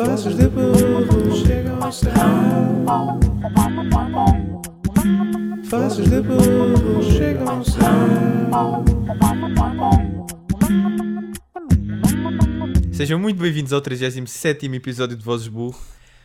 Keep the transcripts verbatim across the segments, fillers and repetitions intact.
Faces de burro chegam ao céu. Faces de burro chegam ao céu. Sejam muito bem-vindos ao trigésimo sétimo episódio de Vozes Burro.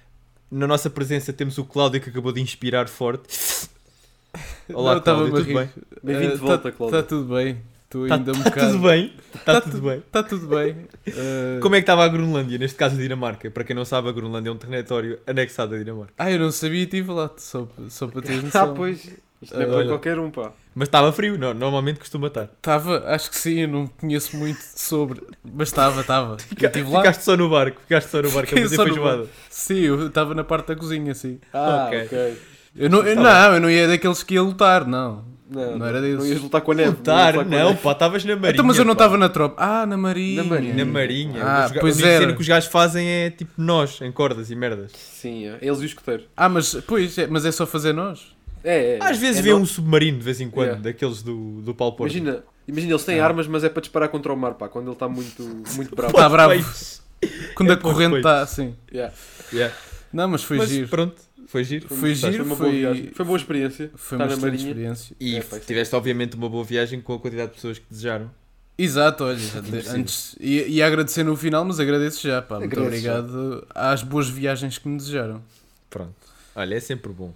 Na nossa presença temos o Cláudio, que acabou de inspirar forte. Olá, Não, Cláudio, tudo rir. bem? Bem-vindo de volta, Cláudio. Está tudo bem. Estou Tá, ainda um tá bocado... tudo bem? Está Tá tudo tu- bem. Está tudo bem. Uh, Como é que estava a Groenlândia, neste caso a Dinamarca? Para quem não sabe, a Groenlândia é um território anexado à Dinamarca. Ah, eu não sabia e estive lá, só, só para teres Ah, noção. pois. Isto não é Ah, para olha. qualquer um, pá. Mas estava frio, não, normalmente costuma estar. Estava, acho que sim, eu não conheço muito sobre, mas estava, estava. Eu estive lá. Ficaste só no barco, ficaste só no barco a Fiquei fazer só no feijoada. Sim, eu estava na parte da cozinha, sim. Ah, Ok. ok. Eu não, eu, Tá não, eu não ia daqueles que ia lutar, não. Não, Não era desses. Não ias lutar com a neve. Lutar, ias lutar com a não, neve. pá, estavas na marinha. Então, mas eu não pá. estava na tropa. Ah, na marinha. Na marinha. Na marinha. Ah, os ga- pois a única era. cena que os gajos fazem é tipo nós, em cordas e merdas. Sim, é. Eles e o escoteiro. Ah, mas, pois, é, mas é só fazer nós. É, é. Às vezes é vê no- um submarino de vez em quando, Yeah. daqueles do, do Paulo Porto. Imagina, imagina, eles têm Ah. armas, mas é para disparar contra o mar, pá. Quando ele está muito, muito bravo. Está bravo. Peitos. Quando É a para os corrente peitos. está assim. Yeah. Yeah. Não, mas foi Mas giro. pronto, foi giro. Foi Foi giro, uma boa foi, viagem. Foi boa experiência. foi estar uma na excelente marinha. experiência. E É, pá, isso é tiveste obviamente uma boa viagem com a quantidade de pessoas que desejaram. Exato, olha, antes ia, ia agradecer no final, mas agradeço já, pá. Muito Agradeço já. obrigado às boas viagens que me desejaram. Pronto. Olha, é sempre bom.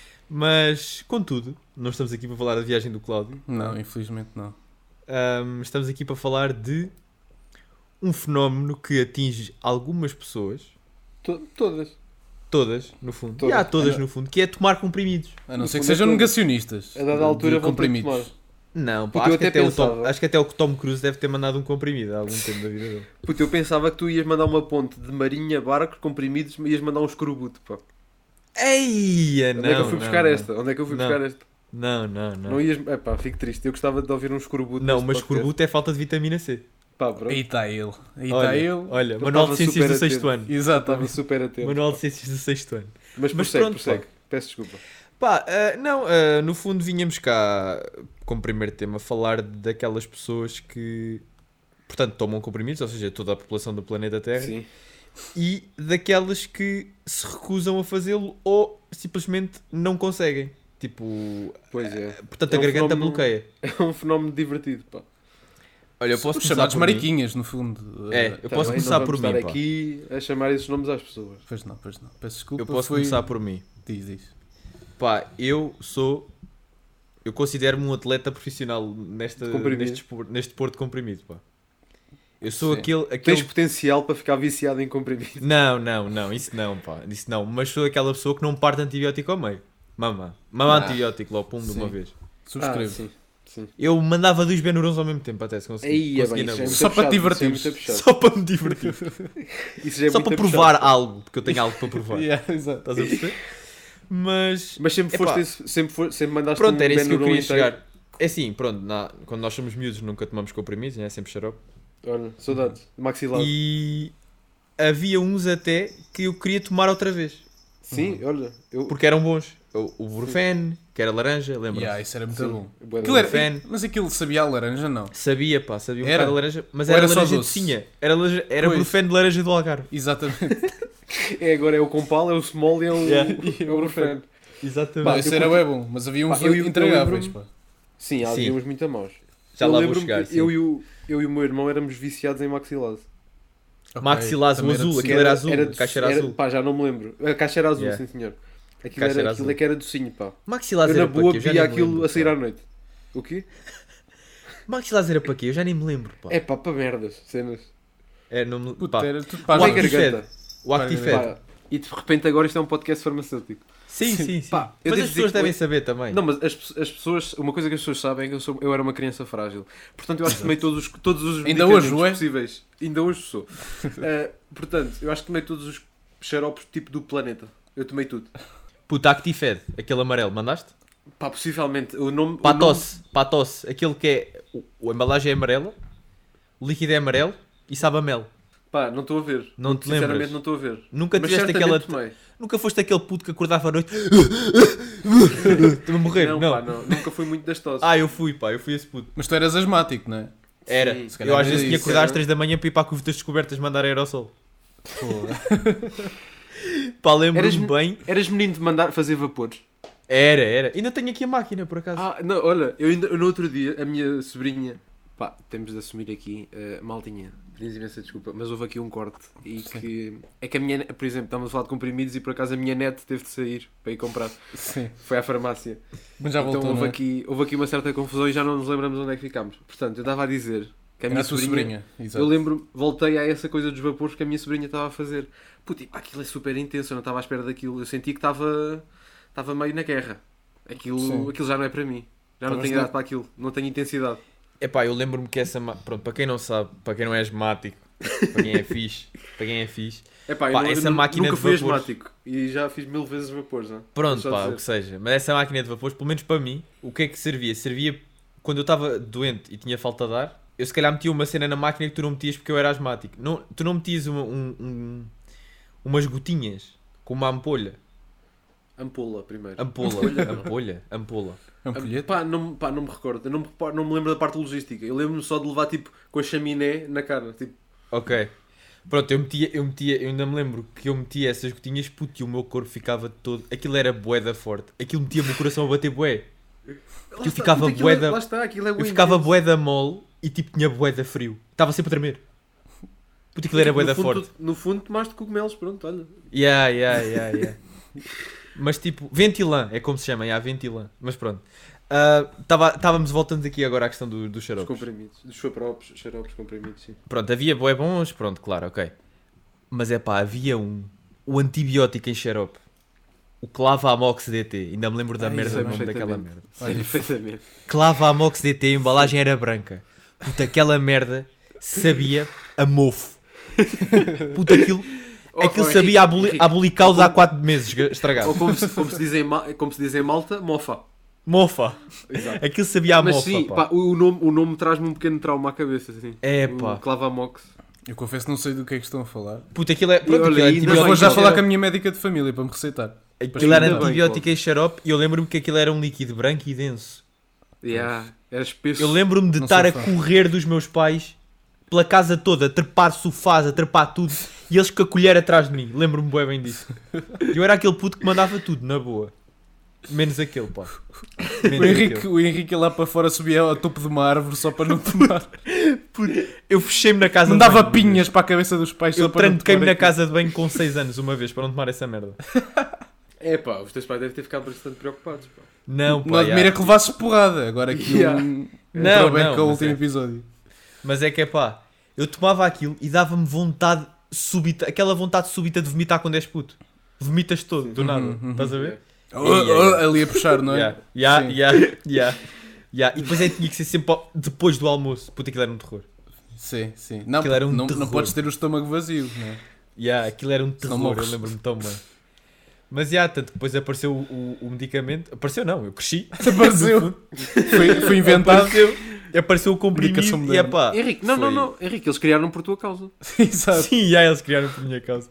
Mas, contudo, não estamos aqui para falar da viagem do Cláudio. Não, infelizmente não. Ahm, estamos aqui para falar de um fenómeno que atinge algumas pessoas, To- Todas. todas, no fundo. Todas. E há todas, É. no fundo, que é tomar comprimidos. A não No ser que fundo é sejam todo. negacionistas. A dada de- altura de vão ter de comprimidos. tomar. Não, pá, Puto, acho, eu que até até o Tom, pensava. acho que até o Tom Cruise deve ter mandado um comprimido há algum tempo da vida dele. Puto, eu pensava que tu ias mandar uma ponte de marinha, barcos, comprimidos, e ias mandar um escorbuto, pá. Eia, não, Onde é que eu fui não, buscar não. esta? Onde é que eu fui Não. buscar esta? Não, não, não. Não ias... É pá, fico triste. Eu gostava de ouvir um escorbuto. Não, neste mas podcast. escorbuto é falta de vitamina C. Pá, pronto. Aí está ele. Aí está Olha, ele. olha, Eu Manual de estava Ciências do super sexto atento. ano. Estava Exatamente. super atento. Manual de Ciências do sexto ano. Mas Mas prossegue, pronto, prossegue. Peço desculpa. Pá, ah, não, ah, no fundo vinhamos cá, como primeiro tema, falar daquelas pessoas que, portanto, tomam comprimidos, ou seja, toda a população do planeta Terra, Sim. e daquelas que se recusam a fazê-lo ou simplesmente não conseguem. Tipo, Pois é. portanto, É a um garganta fenómeno- bloqueia. É um fenómeno divertido, pá. Olha, eu posso Os começar chamados por mim. mariquinhas, no fundo. É, Eh, eu Tá posso bem, começar não por vamos mim, estar pá. aqui a chamar esses nomes às pessoas. Pois não, pois não. Peço desculpa. Eu posso foi... começar por mim. Diz, diz. Pá, eu sou... Eu considero-me um atleta profissional nesta, De comprimido. neste, espor- neste desporto de comprimido, pá. Eu sou Sim. aquele... aquele... Tens potencial para ficar viciado em comprimido. Não, não, não, isso não, pá, isso não. Mas sou aquela pessoa que não parte antibiótico ao meio. Mama, mama Ah, antibiótico logo, pum, de uma sim. vez. Subscrevo. Ah, sim. Sim. Eu mandava dois Benurons ao mesmo tempo até se conseguir. Aí é consegui bem, na isso é boa. muito Só para te puxado, isso é divertires. muito puxado. Só para me divertir. Isso já é Só muito para puxado. provar algo, porque eu tenho algo para provar. Yeah, exato. Estás a perceber? Mas, Mas sempre Epá. foste esse- sempre, for, sempre mandaste pronto, um era isso que eu Benuron queria inteiro. chegar. É assim, pronto, na- quando nós somos miúdos nunca tomamos comprimidos, é sempre xarope. Olha, saudades. Maxilar. E havia uns até que eu queria tomar outra vez, Sim, olha. Eu, porque eram bons. O, o Brufen, que era laranja, lembra? Yeah, isso era muito sim, bom. bué da Aquilo bom. era- Fan. Mas aquilo sabia a laranja, não? Sabia, pá, sabia um Era? bocado de laranja, mas Ou era, era só laranja de doce? Sinha. Era, laranja- era Pois. Brufen de laranja do Algarve. Exatamente. É, agora é o Compal, é o Small e é o, Yeah. e é o Brufen. Exatamente. Pá, eu isso era curti- bem bom, mas havia uns Pá, eu- eu intragáveis, lembro-me- pá. Sim, há Sim. havia uns muito a maus. Já eu lá vou lembro-me chegar. que eu e, o, eu e o meu irmão éramos viciados em Maxilase. Ok, Maxilase, o também era azul, docinho. aquilo era azul, Era a caixa era era- azul. Pá, já não me lembro. A caixa era azul, Yeah. sim senhor. Aquilo, Caixa era, era aquilo azul. é que era docinho, pá. Maxilase Eu na era para boa quê? Eu já bebia nem me aquilo lembro, a sair pá. à noite. O quê? Maxilase era para quê? Eu já nem me lembro, pá. É pá, para merdas, cenas. É, não me... Puta, pá. era tudo O para Para a a Actifed. garganta. O Actifed. Pá, e de repente agora isto é um podcast farmacêutico. Sim, sim, sim. Pá, eu mas devo as dizer pessoas que devem foi- saber também. Não, mas as, pe- as pessoas, uma coisa que as pessoas sabem é que eu, sou, eu era uma criança frágil. Portanto, eu acho que tomei todos os, todos os Ainda medicamentos hoje, ué? possíveis. Ainda hoje sou. Eh, portanto, eu acho que tomei todos os xaropes tipo do planeta. Eu tomei tudo. Puta, Actifed, aquele amarelo, mandaste? Pá, possivelmente. O nome. Para a o nome- tosse, para a tosse, aquele que é... O, a embalagem é amarela, o líquido é amarelo e sabe a mel. Pá, não estou a ver. Não te Sinceramente, lembras? não estou a ver. Nunca Mas tiveste certamente aquela... tomei. Nunca foste aquele puto que acordava à noite... Estou a morrer, Não, não. pá, não. Nunca fui muito das toses. Ah, eu fui, pá, eu fui esse puto. Mas tu eras asmático, não é? Era. Sim, se calhar Eu às era vezes tinha que isso, acordar às era. três da manhã para ir para a curva das descobertas mandar aerossol. Pô. Pá, lembro-me Eras- bem. Eras menino de mandar fazer vapores? Era, era. Ainda tenho aqui a máquina, por acaso. Ah, não, olha, eu ainda, no outro dia, a minha sobrinha, pá, temos de assumir aqui, uh, maltinha, pedimos imensa desculpa, mas houve aqui um corte e Sim. que, é que a minha, por exemplo, estávamos a falar de comprimidos e por acaso a minha net teve de sair para ir comprar, Sim. foi à farmácia. Mas já voltou, Então houve não é? aqui, houve aqui uma certa confusão e já não nos lembramos onde é que ficámos. Portanto, eu estava a dizer que a Era minha a tua sobrinha, sobrinha. Exato. eu lembro, voltei a essa coisa dos vapores que a minha sobrinha estava a fazer. Puta, e pá, aquilo é super intenso, eu não estava à espera daquilo, eu senti que estava, estava meio na guerra. Aquilo, Sim. aquilo já não é para mim, já não Mas tenho não- idade para aquilo, não tenho intensidade. Epá, eu lembro-me que essa. ma- Pronto, para quem não sabe, para quem não é asmático, para quem é fixe, para quem é fixe. Epá, eu Pá, não- eu essa nu- máquina nunca de fui vapores. asmático e já fiz mil vezes vapores, não é? Pronto, Só pá, dizer. o que seja. Mas essa máquina de vapores, pelo menos para mim, o que é que servia? Servia quando eu estava doente e tinha falta de ar. Eu se calhar metia uma cena na máquina que tu não metias porque eu era asmático. Não, tu não metias uma- um- um- umas gotinhas com uma ampolha. Ampola primeiro. Ampola, Ampolha, não. ampolha, ampola. É um colhete? Pá, não, pá, não me recordo, eu não me, reparo- não me lembro da parte logística. Eu lembro-me só de levar tipo com a chaminé na cara. Tipo, Ok. Pronto, eu metia, eu metia, eu ainda me lembro que eu metia essas gotinhas, puto, e o meu corpo ficava todo. Aquilo era bué da forte. Aquilo metia-me o coração a bater bué. lá eu está, ficava puta, aquilo bué é- da- Lá está, aquilo é Eu bué ficava intenso. bué da mole e tipo tinha bué da frio. Estava sempre a tremer. Puto, aquilo era bué no da fundo, forte. tu- no fundo tomaste cogumelos, pronto, olha. Yeah, yeah, yeah, yeah. Mas tipo, ventilã, é como se chama, yeah, ventilã. Mas pronto. Estávamos voltando aqui agora à questão do, dos Dos xaropes. comprimidos, dos xaropes, xaropes comprimidos, sim. Pronto, havia bué bons, pronto, claro, ok. Mas é pá, havia um, o antibiótico em xarope. O Clavamox D T, ainda me lembro da Ah, merda isso do é nome daquela perfeitamente. merda. Sei perfeitamente. Clavamox D T, a embalagem era branca. Puta, aquela merda sabia a mofo. Puta, aquilo, Oh, aquilo oh, sabia a, Henrique, boli, Henrique, a bolicaus há quatro meses Ou estragado. como se, como, se diz em, ma- como se diz em Malta, mofa. Mofa. Exato. Aquilo sabia a Mas mofa, sim, pá. pá, o, nome, o nome traz-me um pequeno trauma à cabeça, assim. É, O pá. Clavamox. Eu confesso que não sei do que é que estão a falar. Puta, aquilo é... Pronto, olha, aquilo é ainda Mas bem, vou já então, falar era- com a minha médica de família para me receitar. Aquilo era Ainda bem, antibiótico Cláudio. em xarope e eu lembro-me que aquilo era um líquido branco e denso. Yeah, era espesso. Eu lembro-me de Não estar sou a fã. correr dos meus pais pela casa toda, a trepar sofás, a trepar tudo, e eles com a colher atrás de mim. Lembro-me bué bem disso. Eu era aquele puto que mandava tudo, na boa. Menos aquele, pá. Menos O Henrique, aquele. o Henrique lá para fora subia ao topo de uma árvore só para não tomar. Eu fechei-me na casa Não de dava banho uma vez. pinhas para a cabeça dos pais só Eu para não tranquei-me tomar na aquilo. casa de banho com seis anos uma vez para não tomar essa merda. É pá, os teus pais devem ter ficado bastante preocupados. Pá. Não, pá. Não admira já. que levasses porrada. Agora aqui Yeah. um... Não, um throwback não, ao mas último é. episódio. Mas é que é pá, eu tomava aquilo e dava-me vontade súbita, aquela vontade súbita de vomitar quando és puto. Vomitas todo, do Uhum, nada. uhum. Estás a ver? Oh, Yeah, oh, yeah. ali a puxar, não é? Yeah, yeah, Sim. yeah, yeah, yeah. E depois é que tinha que ser sempre ao- depois do almoço. Puta, aquilo era um terror. Sim, sim. Não, Aquilo era um não, terror. não podes ter o estômago vazio, não é? Yeah, aquilo era um Senão terror, eu morres. lembro-me tão bem. Mas já, tanto depois apareceu o, o, o medicamento. Apareceu não, eu cresci. Apareceu. Foi, foi inventado. Apareceu, apareceu o comprimido Medicação e moderna. é pá. Henrique, não, não, foi- não. Henrique, eles criaram por tua causa. Exato. Sim, já eles criaram por minha causa.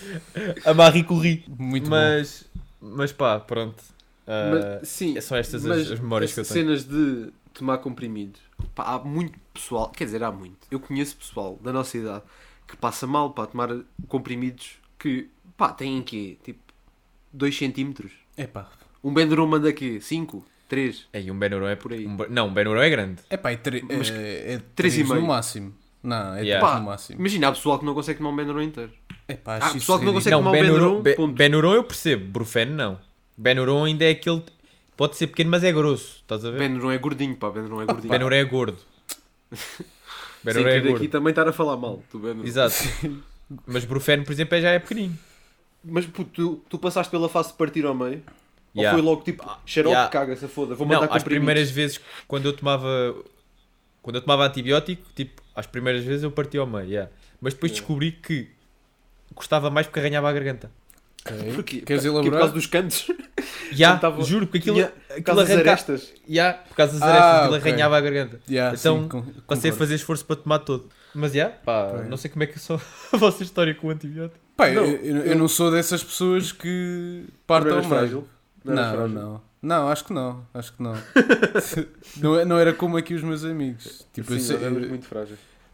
A Marie Curie. Muito Mas, mas pá, pronto. Ah, Mas, sim, são estas as, mas as memórias que eu essas tenho. cenas de tomar comprimidos. Pá, há muito pessoal, quer dizer, há muito. Eu conheço pessoal da nossa idade que passa mal para tomar comprimidos que, pá, têm quê? Tipo, dois centímetros. bom. Epá. Um Benuron manda quê? cinco? três? Ei, um Benuron é Por aí. Um, Be- não, um Benuron é grande. Epá, é, tre- Mas é, é três e três no meio. máximo. Não, é Yeah. três Pá, no máximo. imagina, há pessoal que não consegue tomar um Benuron inteiro. Epá, há acho isso pessoal que não ridículo. consegue Não, tomar um Benuron, Benuron, Be- ponto. Benuron eu percebo, Brufeno não. Benuron ainda é aquele. Pode ser pequeno, mas é grosso. Estás a ver? Benuron é gordinho, pá, Benuron é gordinho. Benuron é gordo. Sem Benuron é querer gordo. aqui também estar a falar mal do Benuron. Exato. Mas Brufeno, por exemplo, é- já é pequenino. Mas puto, tu, tu passaste pela fase de partir ao meio? Yeah. Ou foi logo tipo, xarope, Yeah. caga-se, foda, vou Não, mandar às comprimidos. primeiras vezes, quando eu tomava. Quando eu tomava antibiótico, tipo, às primeiras vezes eu partia ao meio, yeah. Mas depois Yeah. descobri que gostava mais porque arranhava a garganta. Ok. Porquê? Queres Por- Por elaborar? causa dos cantos? Já, tava- juro, porque aquilo, Tinha- Por aquilo causa das arranca... arestas? Já, por causa das Ah, arestas, aquilo ok. arranhava a garganta. Yeah, Então, sim, com- Passei a concordo. fazer esforço para tomar todo. Mas já, pá, Ok. não sei como é que é só a vossa história com o antibiótico. Pá, Não, eu, eu- eu não sou dessas pessoas que Não partam eras ao meio. frágil? Não eras Não, frágil? não. Não, acho que não. Acho que não. não, é- não era como aqui os meus amigos. Tipo, eu Sim, sei- nós éramos muito frágeis.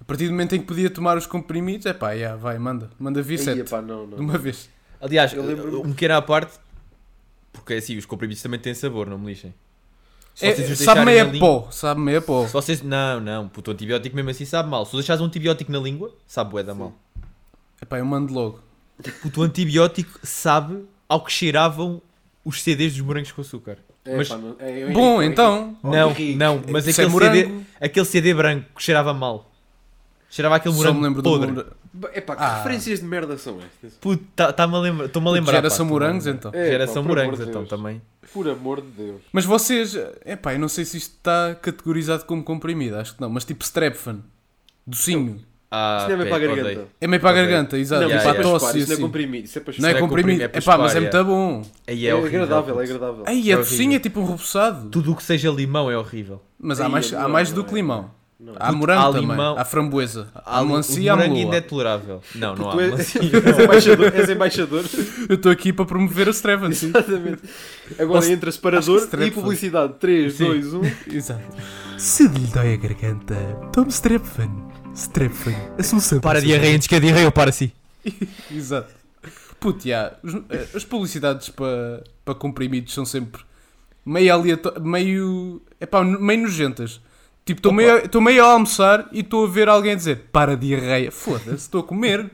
A partir do momento em que podia tomar os comprimidos, é pá, yeah, vai, manda. Manda vir Aí, sete. epá, não, De não. uma vez. Aliás, Eu lembro-me- um pequeno à parte, porque assim, os comprimidos também têm sabor, não me lixem. Se É, vocês os sabe deixarem meio na a língua- pó. Sabe meio a pó. Se vocês... Não, não, puto, o antibiótico mesmo assim sabe mal. Se tu deixares um antibiótico na língua, sabe bué da mal. É pá, eu mando logo. Puto, o antibiótico sabe ao que cheiravam os C Ds dos morangos com açúcar. É, Mas- pá, não. É, eu- Bom, eu- então. Oh, não, Henrique. não, mas Isso é aquele C D, morango. aquele C D branco que cheirava mal. Cheirava aquele Só morango me lembro podre. do morango. É pá, que Ah. referências de merda são estas? Puto, tá-me a lembrar, estou-me a lembrar. Geração pá, tô-me a morangos, lembrar. então. É, Geração pá, por amor morangos, de então, Deus. também. Por amor de Deus. Mas vocês, é pá, eu não sei se isto está categorizado como comprimido, acho que não, mas tipo Strepfan, docinho. Ah, Isso não é bem pé, para a odeio. garganta. É meio para a Ok. garganta, exato, Não, e yeah, para a yeah. tosse Isso e não é assim. comprimido, isso é para Não é Isso é comprimido, comprimido, é é para pá, mas é chupar, muito bom. Aí é, É horrível, agradável, é puto. agradável. Aí É é docinho, horrível. é tipo um repousado. Tudo o que seja limão é horrível. Mas há Aí, mais, há não, mais não do é, que limão. Não. Há Puto, morango há também, limão- há framboesa, há o melancia e o há morango ainda é meloa. tolerável. Não, não há Tu és, melancia. és embaixador, és embaixador. Eu estou aqui para promover o Strepfan, sim. Exatamente. Agora Posso- entra separador acho que e Strepfan. publicidade. três, Sim. dois, um. Exato. Se lhe dói a garganta, tome Strepfan. Strepfan, a solução. Para a diarreia antes que a diarreia eu para si. Exato. Puto, já, os- eh, as publicidades para para comprimidos são sempre meio aleatórias, meio, epá, meio nojentas. Tipo, estou meio, estou meio a almoçar e estou a ver alguém dizer para a diarreia. Foda-se, estou a comer.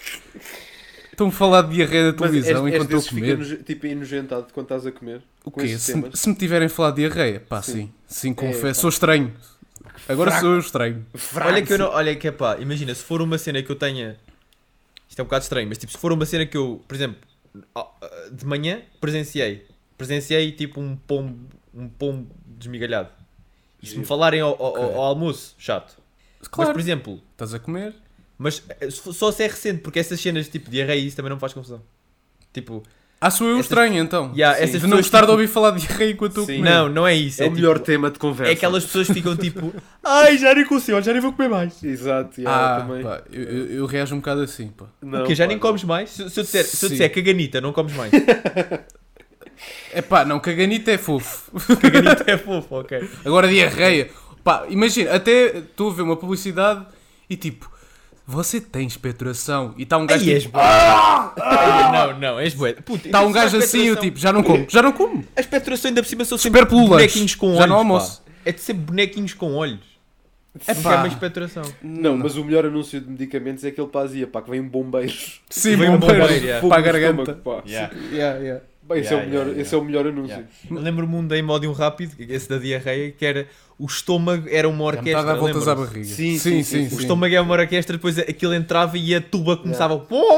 Estão a falar de diarreia da Mas és, televisão és enquanto estou a desses que fica comer. noje- tipo enojentado quando estás a comer. O com quê? esses Se, temas. se me tiverem a falar de diarreia, pá, Sim. sim. Sim, pá. confesso. Sou estranho. Agora Fraco. sou estranho. Olha que eu não, olha que é pá, imagina, se for uma cena que eu tenha. Isto é um bocado estranho, mas tipo, se for uma cena que eu, por exemplo, ao- de manhã presenciei. Presenciei tipo um pombo, um pombo desmigalhado. E se me Giro. falarem ao, ao- Ok. ao almoço, chato. Mas Claro, por exemplo, estás a comer. mas eh, se for- só se é recente, porque essas cenas tipo diarreia isso também não me faz confusão. Tipo, Ah, sou eu Essas- estranho então. yeah, Sim. essas De não pessoas, gostar de tipo, ouvir falar de diarreia enquanto estou a Sim. comer. Não, não é isso. É, É, o melhor tipo, tema de conversa. é aquelas pessoas que ficam tipo, ai, já nem consigo, já nem vou comer mais. Exato, yeah, Ah, também. pá, eu, eu, eu reajo um bocado assim, pá. Não, Porque já pá, nem não. comes mais. Se, se eu disser, se eu Sim. disser caganita, não comes mais. É pá, não, caganita é fofo. Caganita é fofo, ok. Agora diarreia. Pá, imagina, até estou a ver uma publicidade e tipo, você tem expectoração e está um gajo Aí és tipo, bué. Ai, Não, não, és bué. Puta, está um isso gajo é assim e eu expectoração. tipo, já não como, já não como. A expectoração ainda por cima são sempre Espero pelo lanche. bonequinhos com Já olhos. não almoço. pá. É de ser bonequinhos com olhos. É Nunca é uma pá. expectoração. Não, mas o melhor anúncio de medicamentos é aquele para azia, pá, que vem um bombeiro. Sim, Vem um bombeiro, bombeiro, yeah. para a Fogo no garganta. estômago, pá. Yeah. Yeah, yeah. Bem, esse, Yeah, é o melhor, yeah, esse é o melhor anúncio. Yeah. Eu lembro-me um da Imodium rápido, esse da diarreia, que era o estômago era uma Já me está a orquestra. dar voltas à lembram-se? barriga. Sim, sim, sim, sim. sim. O estômago é uma orquestra, depois aquilo entrava e a tuba começava.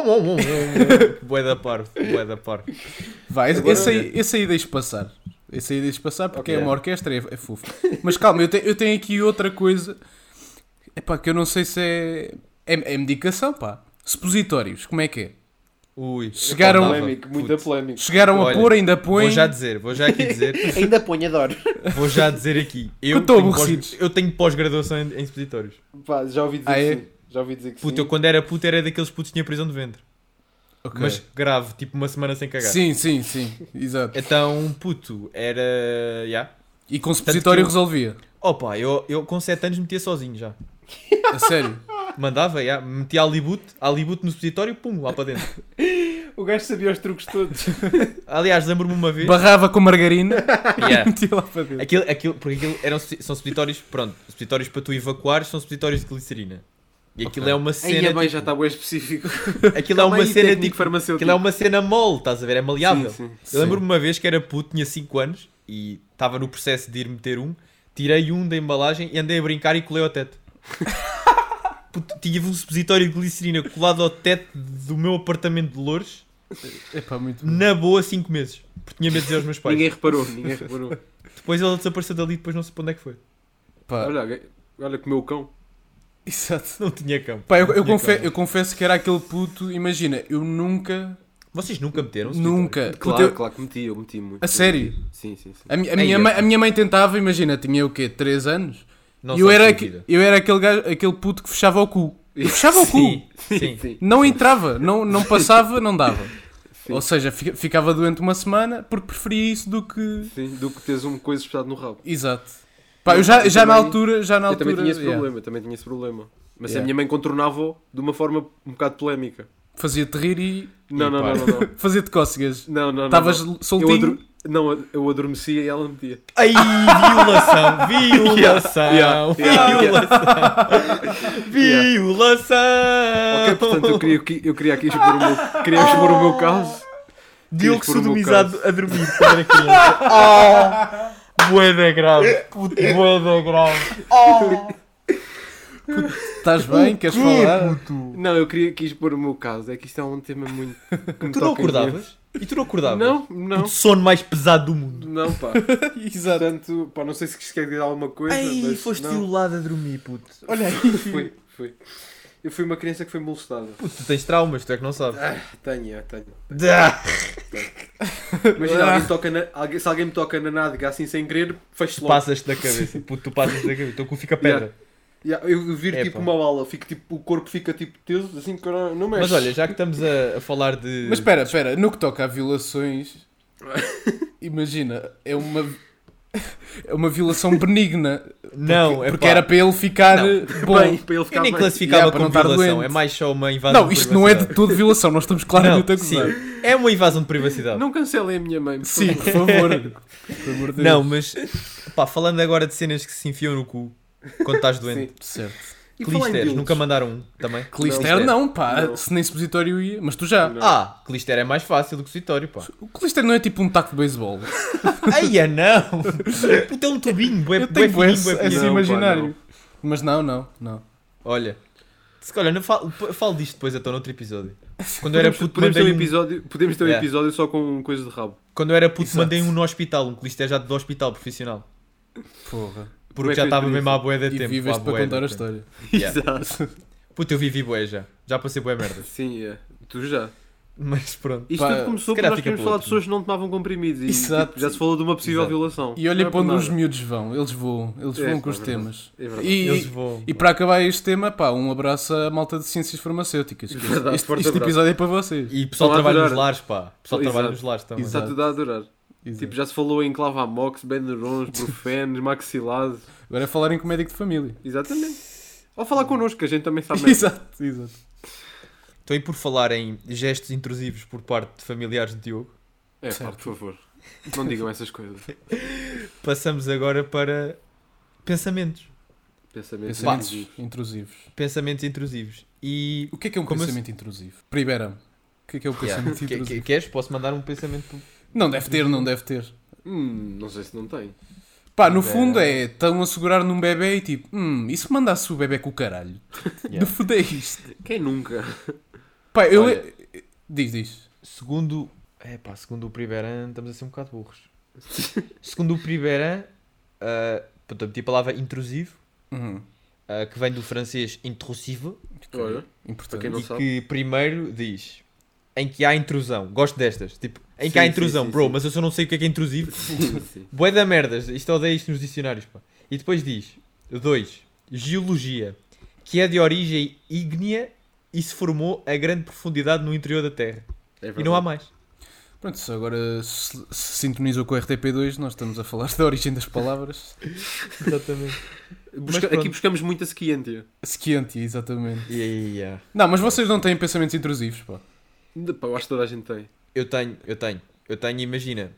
a Bué da par, bué da par. Vai, Agora- esse, aí, esse aí deixo passar. Esse aí deixo passar porque Ok. é uma orquestra, é, é fofo. Mas calma, eu, te- eu tenho aqui outra coisa. É pá, que eu não sei se é. É, é medicação, pá. Supositórios, como é que é? Ui, Chegaram- epá, Polémico, puto. muita polémica. Chegaram Olha, a pôr, ainda põem. Vou já dizer, vou já aqui dizer. Ainda põe, adoro. Vou já dizer aqui. Eu Eu tô tenho aborrecido. pós- eu tenho pós-graduação em, em supositórios. Pá, já ouvi dizer Ah, que é? sim. Já ouvi dizer que Puto, sim. eu quando era puto era daqueles putos que tinha prisão de ventre. Ok. Mas grave, tipo uma semana sem cagar. Sim, sim, sim. Exato. Então, puto, era. Ya. E com supositório que eu- resolvia. Opa, eu, eu com sete anos metia sozinho já. A sério. Mandava, já. Metia alibute, alibute no supositório, pum, lá para dentro. O gajo sabia os truques todos. Aliás, lembro-me uma vez. Barrava com margarina Ya. e metia lá para dentro. Aquilo, aquilo, porque aquilo eram, são supositórios, pronto, supositórios para tu evacuares são supositórios de glicerina. E aquilo Ok. é uma cena. Ainda bem, tipo, já está bem específico. aquilo é Calma uma aí, cena técnico tipo. farmacêutico. Aquilo é uma cena mole, estás a ver? É maleável. Sim, sim. Sim. Eu lembro-me uma vez que era puto, tinha cinco anos e estava no processo de ir meter um, tirei um da embalagem e andei a brincar e colei ao teto. Puto, tinha um supositório de glicerina colado ao teto do meu apartamento de Loures, É pá, muito bom. na boa cinco meses. Porque tinha medo de dizer aos meus pais. Ninguém reparou, ninguém reparou. Depois ele desapareceu dali e depois não sei para onde é que foi. Pá, Olha, olha comeu o cão. exato. Não tinha campo. Pá, eu, eu, Não tinha confe- campo. eu confesso que era aquele puto. Imagina, eu nunca. Vocês nunca meteram supositório? Nunca. Puto, Claro, eu- claro que meti, eu meti muito. A sério? Sim, sim, sim. A, mi- a Ei, minha eu- mãe, a minha mãe tentava, imagina, tinha o quê? três anos? Não E eu sabes era, da aque- vida. eu era aquele, gajo, aquele puto que fechava o cu. Eu fechava o cu. Sim, sim. Sim. Não entrava, não, não passava, não dava. Sim. Ou seja, fi- ficava doente uma semana porque preferia isso do que. Sim, do que teres uma coisa espetado no rabo. Exato. Pá, eu já, Eu já na também- altura. Já na eu altura também tinha esse yeah. problema, eu também tinha esse problema. Mas Yeah. a minha mãe contornava-o de uma forma um bocado polémica. Fazia-te rir e Não, E não, pá. não, não, não. fazia-te cócegas. Não, não, não. Estavas não. Eu, soltinho. ador... não, eu adormecia e ela metia. Ai, violação, violação, Yeah, yeah, violação, violação. Ok, portanto eu queria, eu queria aqui expor o meu, queria expor o meu caso. Diogo expor o meu sodomizado caso. a dormir quando era criança. Ah, boeda grave, puto, boeda grave. Estás bem? Queres falar? Não, eu queria aqui expor o meu caso. É que isto é um tema muito. que me Tu não toca acordavas? E tu não acordavas? imenso. Não, não. O sono mais pesado do mundo. Não, pá. Exato. Portanto, pá, não sei se isto quer dizer alguma coisa. Ai, mas foste não. violado a dormir, puto. Olha aí. Fui, fui. Eu fui uma criança que foi molestada. Puto, tu tens traumas, tu é que não sabes. Ah, tenho, é, tenho. Ah. Imagina, alguém toca na, alguém, se alguém me toca na nádega assim sem querer, fecho Tu logo. passas-te da cabeça, puto, tu passas-te da cabeça, o teu cu fica pedra. Yeah, eu viro É, tipo pá. uma bala, fico, tipo, o corpo fica tipo teso, assim que eu não mexe. Mas olha, já que estamos a, a falar de... Mas espera, espera. No que toca a violações, imagina, é uma... É uma violação benigna. Não, porque, é porque pá. era para ele ficar Não. bom. Bem, para ele ficar Eu nem bem. classificava Yeah, para não como estar violação, doente. é mais só uma invasão Não, isto não é de privacidade. toda violação, nós estamos claramente Não, a gozar. sim, é uma invasão de privacidade. Não, Não cancelem a minha mãe. por Sim, favor. por favor. Por amor de Deus. mas pá, falando agora de cenas que se enfiam no cu quando estás doente. Certo. E falar em Clisteres, dildos? nunca mandaram um também? Clister Não. não, pá. Não. Se nem supositório ia. Mas tu já. Não. Ah, clister é mais fácil do que supositório, pá. O clister não é tipo um taco de beisebol. Aia, não! Puta, é um tubinho, bué, Eu bué tenho fininho, esse, bué esse pequeno. Não, pá, imaginário. não. Mas não, não, não. Olha, se calhar, não falo, falo disto depois então noutro episódio. Quando eu era Podemos, puto, podemos ter um mandei um... episódio, podemos ter um Yeah. episódio só com coisa de rabo. Quando eu era puto, Exato. mandei um no hospital, um clister já do hospital profissional. Porra. Porque é que já foi a estava mesmo experiência? à boia de E tempo. viveste à para bué de contar a tempo. história. Yeah. Exato. Puta, eu vivi bué já. Já passei bué merdas. Sim, é. Tu já. Mas pronto. Isto Pá, tudo começou se porque calhar nós fica tínhamos para falado outro. de pessoas que não tomavam comprimidos e Exato. tipo, já se falou de uma possível Exato. violação. E olha Não é para onde por os nada. miúdos vão. Eles voam. Eles É, voam pá, com os é verdade. temas. É verdade. E, Eles vão. e para acabar este tema, pá, um abraço à malta de ciências farmacêuticas. que Verdade, este forte este abraço. episódio é para vocês. E pessoal Estão a trabalha nos adorar. lares, pá. Pessoal Exato. trabalha nos lares também. Exato. Está tudo a adorar. Exato. Tipo, já se falou em clavamox, benuron, brufenes, maxilase. Agora é falarem com o médico de família. Exatamente. Ou falar connosco, que a gente também sabe. merda. Exato, exato. Então, e por falar em gestos intrusivos por parte de familiares de Diogo, É, pá, Certo. por favor. Não digam essas coisas. passamos agora para pensamentos. Pensamentos Pensamentos intrusivos. intrusivos. Pensamentos intrusivos. E. O que é que é um Como pensamento intrusivo? Primeiro, o que é que é o Yeah. pensamento Que- intrusivo? que- Queres? Posso mandar um pensamento? Não deve ter, não deve ter. Hum, não sei se não tem. Pá, no É. fundo é, estão a segurar num bebê e tipo, hum, e se mandasse o bebê com o caralho? Yeah. No fundo é isto. Quem nunca? Pá, eu... Olha. Diz, diz. Segundo. É pá, segundo o Priberan, estamos a ser um bocado burros. Segundo o Priberan, uh, portanto, meti a palavra intrusivo, Uhum. uh, que vem do francês intrusivo, Olha, para Importante. quem não e sabe. que primeiro diz em que há intrusão. Gosto destas. Tipo, em que Sim, há sim, intrusão, sim, bro, sim. mas eu só não sei o que é que é intrusivo. Sim, sim. Bué da merdas, isto odeio isto nos dicionários, pá. E depois diz, dois, geologia, que é de origem ígnea e se formou a grande profundidade no interior da Terra. É E não há verdade. mais. Pronto, se agora se, se sintonizou com o R T P dois, nós estamos a falar da origem das palavras. Exatamente. Busca- pronto. aqui buscamos muita sequientia. Scientia, exatamente. Yeah. Não, mas vocês não têm pensamentos intrusivos, pá. Pá, eu acho que toda a gente tem. Eu tenho, eu tenho. Eu tenho, imagina.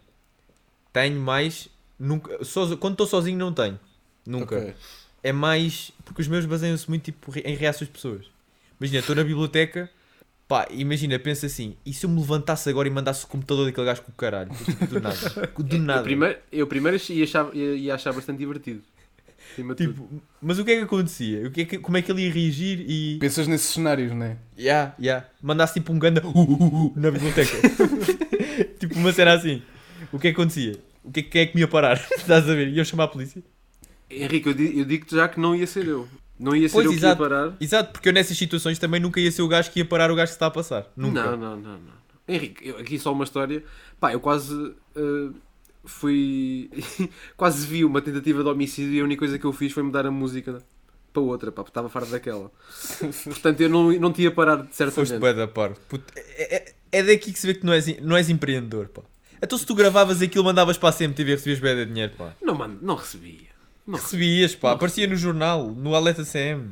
Tenho mais. Nunca, soz- quando estou sozinho não tenho. Nunca. Ok. É mais. Porque os meus baseiam-se muito tipo, re- em reações de pessoas. Imagina, estou na biblioteca. Pá, imagina, pensa assim. E se eu me levantasse agora e mandasse o computador daquele gajo com o caralho? Tipo, do nada. Do nada. Eu primeiro, eu primeiro ia, achar, ia, ia achar bastante divertido. Acima de tudo. Tipo, mas o que é que acontecia? O que é que, como é que ele ia reagir e. Pensas nesses cenários, não é? Yeah, yeah. Mandasse tipo um ganda uh, uh, uh, na biblioteca. Tipo uma cena assim. O que é que acontecia? O que é, quem é que me ia parar? Estás a ver? Iam chamar a polícia? Henrique, eu, di- eu digo-te já que não ia ser eu. Não ia ser Pois, eu que exato. ia parar. Exato, porque eu nessas situações também nunca ia ser o gajo que ia parar o gajo que está a passar. Nunca. Não, não, não, não. Henrique, eu- aqui só uma história. Pá, eu quase eh, fui. quase vi uma tentativa de homicídio e a única coisa que eu fiz foi mudar a música para outra, pá, porque estava farto daquela. Portanto, eu não, não te ia parar de certa Foste gente. bué da par. Puto, é, é, é daqui que se vê que não és, não és empreendedor, pá. Então se tu gravavas aquilo, mandavas para a C M T V e recebias bué de dinheiro, pá. Não, mano, não recebia. Não recebia. Recebias, pá. Aparecia no jornal, no Alerta C M.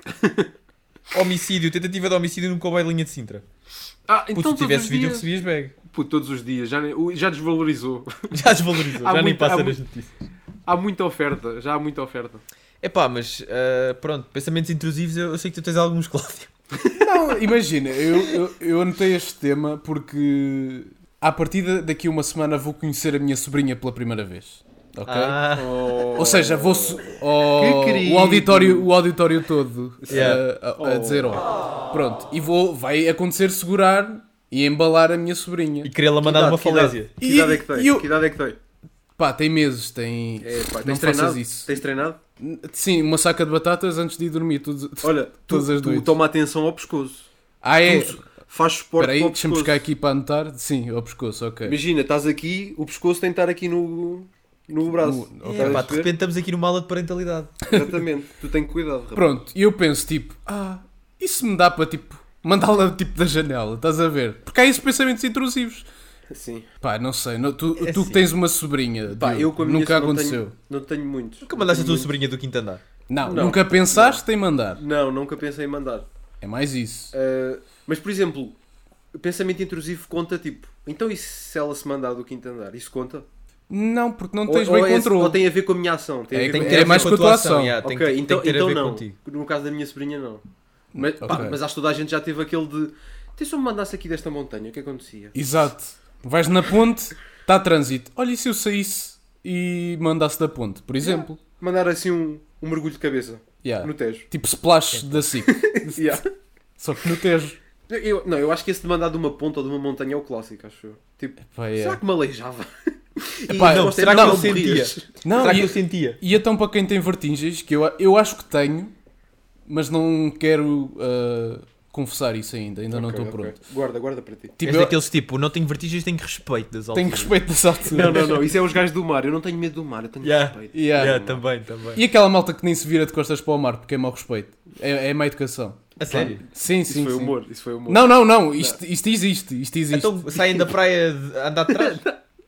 Homicídio, tentativa de homicídio num comboio de linha de Sintra. Ah, Puto, então se todos tivesse os vídeo dias. recebias bag. Puto, todos os dias. Já, nem- já desvalorizou. Já desvalorizou, Há já nem muito- passa há nas muito- notícias. Há muita oferta. Já há muita oferta. Epá, mas uh, pronto, pensamentos intrusivos, eu, eu sei que tu tens alguns, Cláudio. Não, imagina, eu, eu, eu anotei este tema porque à partida daqui a uma semana vou conhecer a minha sobrinha pela primeira vez. Ok? Ah, Ou seja, vou su- ao- Que querido. o, auditório, o auditório todo Yeah. a, a- a dizer ó. Pronto, e vou, vai acontecer segurar e embalar a minha sobrinha. e queria-la mandar idade, uma que idade? falésia. Que E- idade é que tem? e eu- Que idade é que tem? Pá, tem meses, tem. É, pá, não tens faças treinado? isso. Tens treinado? Sim, uma saca de batatas antes de ir dormir. Tudo... Olha, tu, Todas as tu noites. toma atenção ao pescoço. Ah, é? Tu faz suporte Espera aí, para o deixa-me pescoço. buscar aqui para anotar. Sim, ao pescoço, ok. Imagina, estás aqui, o pescoço tem que estar aqui no, no braço. No- ok. Estás a Epá, de perceber? repente estamos aqui numa aula de parentalidade. Exatamente. Tu tens cuidado. rapaz. Pronto, e eu penso tipo, ah, isso me dá para tipo mandá-la tipo da janela, estás a ver? Porque há esses pensamentos intrusivos. Sim. Pá, não sei, não- tu, É tu assim. que tens uma sobrinha, Pá, Diogo, eu com a minha nunca não aconteceu. Tenho, não tenho muitos. Nunca mandaste a Não tua tenho sobrinha do quinto andar? Não, Não. nunca pensaste em mandar. muitos. Não, nunca pensei em mandar. É mais isso. Uh, mas, por exemplo, o pensamento intrusivo conta tipo, então e se ela se mandar do quinto andar? Isso conta? Não, porque não Ou, tens ou, bem é, controle. ou tem a ver com a minha ação? Tem a É, ver Tem com que É ter a ver mais com com a a tua tua ação. ação. yeah, tem Ok, que- então, tem que ter então a ver não. contigo. No caso da minha sobrinha, não. Mas, pá, Ok. mas acho que toda a gente já teve aquele de. Então, se eu me mandasse aqui desta montanha, o que acontecia? Exato. Vais na ponte, está trânsito. Olha, e se eu saísse e mandasse da ponte, por exemplo? Mandar assim um, um mergulho de cabeça Yeah. no Tejo. Tipo splash da S I C. Yeah. Só que no Tejo. Eu, não, eu acho que esse de mandar de uma ponta ou de uma montanha é o clássico, acho eu. Tipo, Pá, é. será que me aleijava? Epá, E não, depois será era que não eu sentia? morrias. Não, Será que e, eu sentia? e então para quem tem vertigens, que eu, eu acho que tenho, mas não quero ah, confessar isso ainda, ainda não Ok, estou ok. pronto. Guarda, guarda para ti. Tipo, És eu daqueles tipo, não tenho vertigens, tenho respeito das alturas. tenho respeito das alturas. Não, não, não. Isso é os gajos do mar. Eu não tenho medo do mar, eu tenho Yeah. respeito. Yeah. Yeah, também, também. E aquela malta que nem se vira de costas para o mar porque é mau respeito. É, é má educação. A sério? Sim, Isso sim, foi sim. humor. Isso foi humor. Não, não, não. Isto, isto existe. Isto existe. Então saem da praia de andar de trás?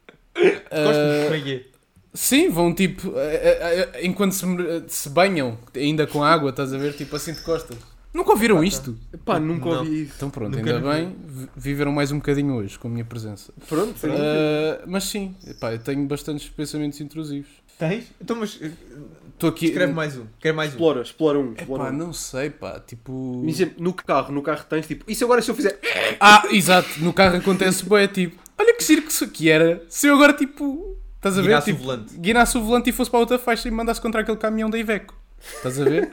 Ah, Gostas? Como é que é? sim, vão tipo. ah, ah, ah, enquanto se, mer- se banham, ainda com água, estás a ver? Tipo assim de costas. Nunca ouviram isto? Pá, nunca Não. ouvi isso. Então pronto, Nunca ainda vi. bem. vi- Viveram mais um bocadinho hoje com a minha presença. Pronto, sim. Ah, mas sim, epá, eu tenho bastantes pensamentos intrusivos. Tens? Então, mas eh, Estou aqui. escreve mais um. Quero mais um. Explora, explora um. Explora Epá, um. não sei, pá. Tipo. Por exemplo, no carro, no carro tens tipo, isso agora se eu fizer. Ah, exato. No carro acontece bem, tipo. Olha que giro que isso aqui era. Se eu agora tipo. Estás a ver? Guinasse o Tipo, volante. guinasse o volante e fosse para outra faixa e mandasse contra aquele caminhão da Iveco. Estás a ver?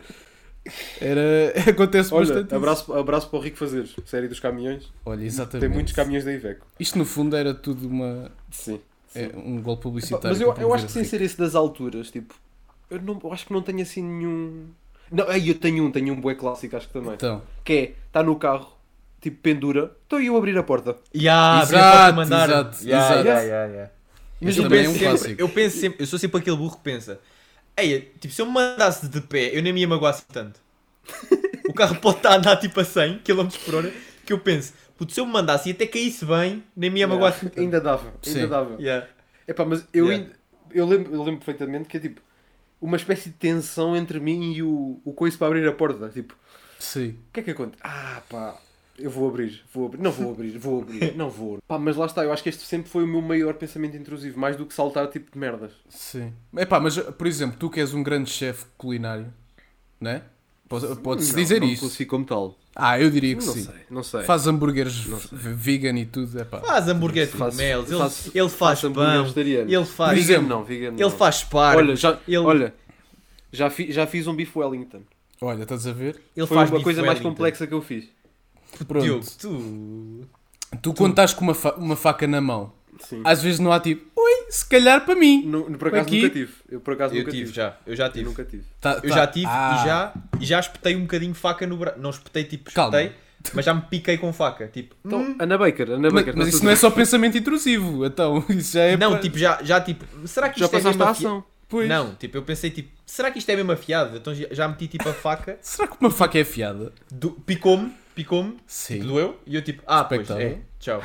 Era. Acontece Olha, bastante. isso. abraço, abraço para o Rico Fazeres, série dos caminhões. Olha, exatamente. Tem muitos caminhões da Iveco. Isto no fundo era tudo uma. Sim. É, um golpe publicitário. Mas eu, para eu acho que promover sem a ser esse das alturas, tipo, eu, não, eu acho que não tenho assim nenhum. Não, aí eu tenho um, tenho um bué clássico, acho que também. Então, Que é, está no carro, tipo, pendura, estou eu a abrir a porta. Ya, abri a Exato, porta e mandar. exato, Ya, exato. ya, ya, ya. Mas Esse eu também penso, é um sempre, clássico. eu penso sempre, eu sou sempre aquele burro que pensa, ei, tipo, se eu me mandasse de pé, eu nem me ia magoar assim tanto. O carro pode estar a andar tipo a cem quilómetros por hora, que eu penso, puto, se eu me mandasse e até caísse bem, nem me ia magoar assim tanto. Ainda dava, ainda Sim. dava. Ya. Epá, mas eu, Yeah. ainda- eu, lembro, eu lembro perfeitamente que é tipo uma espécie de tensão entre mim e o, o coiso para abrir a porta. Tipo, sim. o que é que acontece? Ah, pá, eu vou abrir, vou abrir, não vou abrir, vou abrir, não vou. Pá, mas lá está, eu acho que este sempre foi o meu maior pensamento intrusivo, mais do que saltar tipo de merdas. Sim. Epá, mas por exemplo, tu que és um grande chefe culinário, né? Pode- Pode-se Não, dizer não isso. classifico como tal. Ah, eu diria que Não sim. sei, não sei. Faz hambúrgueres Não sei. v- vegan e tudo. Epá. Faz hambúrguer de Faço- cogumelos, ele, faço- ele faz faço hambúrguer pão, vegetariano. ele Por faz, exemplo, Vegan não, vegan ele não. faz par, Olha, já, ele, olha já, fi, já fiz um bife Wellington. Olha, estás a ver? ele Foi faz uma bife coisa mais Wellington. complexa que eu fiz. Pronto. Diogo, tu... Tu quando estás com uma, fa- uma faca na mão, Sim. às vezes não há tipo, ui, se calhar para mim. No, no- por acaso Aqui- nunca tive. Eu por acaso Eu nunca tive tive. já, eu já Eu tive. nunca tive. Tá- Eu tá. já tive Ah, e, já, e já espetei um bocadinho de faca no braço. Não espetei tipo Calma. espetei, mas já me piquei com faca. Tipo, Então, hum. Ana Baker, Ana Mas, Baker. mas tá isso tudo não é bem. só pensamento intrusivo, então isso já é. não, para- tipo, já, já tipo, será que Já isto é passaste mesmo a afi- ação. Pois. Não, tipo, eu pensei tipo, será que isto é mesmo afiado? Então já já meti tipo a faca, Será que uma faca é afiada? do- picou-me, picou-me, Sim. doeu, e eu tipo, ah, pois Respeitável. é, tchau.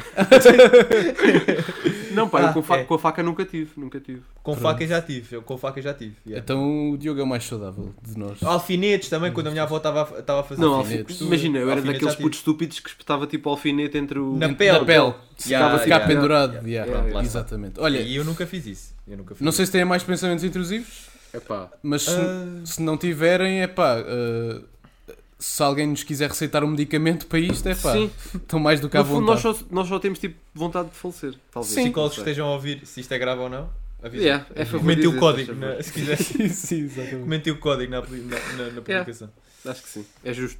Não, pá, eu Ah, com, fa- é. com a faca nunca tive, nunca tive. Com Pronto. faca já tive, eu com faca já tive. yeah. Então o Diogo é o mais saudável de nós. Alfinetes também, quando a minha avó estava a, estava a fazer Não, Alfinetes. alfi- imagina, eu era Alfinetes daqueles já tive. putos estúpidos que espetava tipo alfinete entre o... Na Na pele. pele. Yeah, Ficava ficar yeah. pendurado. Yeah. yeah. Yeah, yeah. Exatamente. Olha, E eu nunca fiz isso. Eu nunca fiz não sei isso. se têm mais pensamentos intrusivos, Epá, mas se, Ah. se não tiverem, é pá. uh, se alguém nos quiser receitar um medicamento para isto, é pá. sim, Estão mais do que à no fundo nós vontade. só, nós só temos tipo vontade de falecer, talvez. Sim. Psicólogos que Não sei. estejam a ouvir se isto é grave ou não, avisem. Yeah, é favor Comentem o dizer, código, faz na- favor. se quiser. Sim, sim, exatamente. Comentem o código na, apli- na, na- na publicação. Acho que sim, é justo.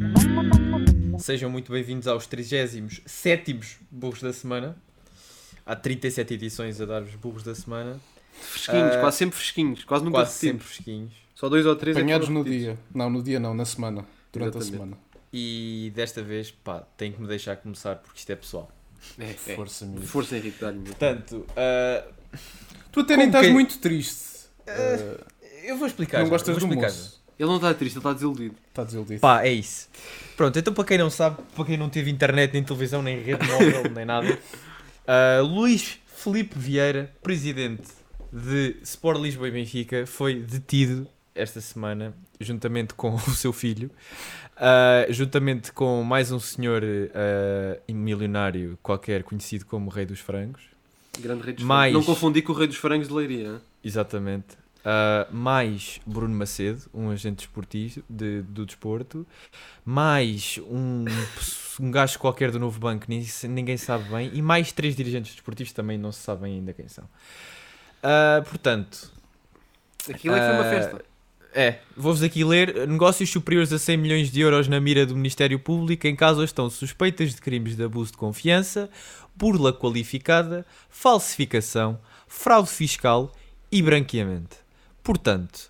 Sejam muito bem-vindos aos trigésimos sétimos Burros da Semana. Há trinta e sete edições a dar-vos Burros da Semana. Fresquinhos, Ah, quase sempre fresquinhos, quase nunca Quase repetimos. sempre fresquinhos. Só dois ou três Apanhados é que no foram repetidos. dia. Não, no dia não, na semana. Durante Exatamente. a semana. E desta vez, pá, tenho que me deixar começar porque isto é pessoal. É, é. Força, amigo. Força, Henrique, dá-lhe muito. Portanto, ah, Tu até nem Como estás que- muito triste. Uh, eu vou explicar. não já, gostas eu do vou explicar. moço. Ele não está triste, ele está desiludido. Está desiludido. Pá, é isso. Pronto, então para quem não sabe, para quem não teve internet, nem televisão, nem rede móvel, nem nada, ah, Luís Filipe Vieira, presidente de Sport Lisboa e Benfica, foi detido esta semana, juntamente com o seu filho, ah, juntamente com mais um senhor ah, milionário qualquer conhecido como Rei dos Frangos. Grande rei dos Mais- frangos. Não confundi com o rei dos frangos de Leiria. hein? Exatamente. Uh, mais Bruno Macedo, um agente desportivo de, do desporto, mais um, um gajo qualquer do Novo Banco, nem- ninguém sabe bem, e mais três dirigentes desportivos também não se sabem ainda quem são. Uh, portanto, Aquilo é que foi uma Ah, festa. é, vou-vos aqui ler: negócios superiores a cem milhões de euros na mira do Ministério Público em caso estão suspeitas de crimes de abuso de confiança, burla qualificada, falsificação, fraude fiscal e branqueamento. Portanto,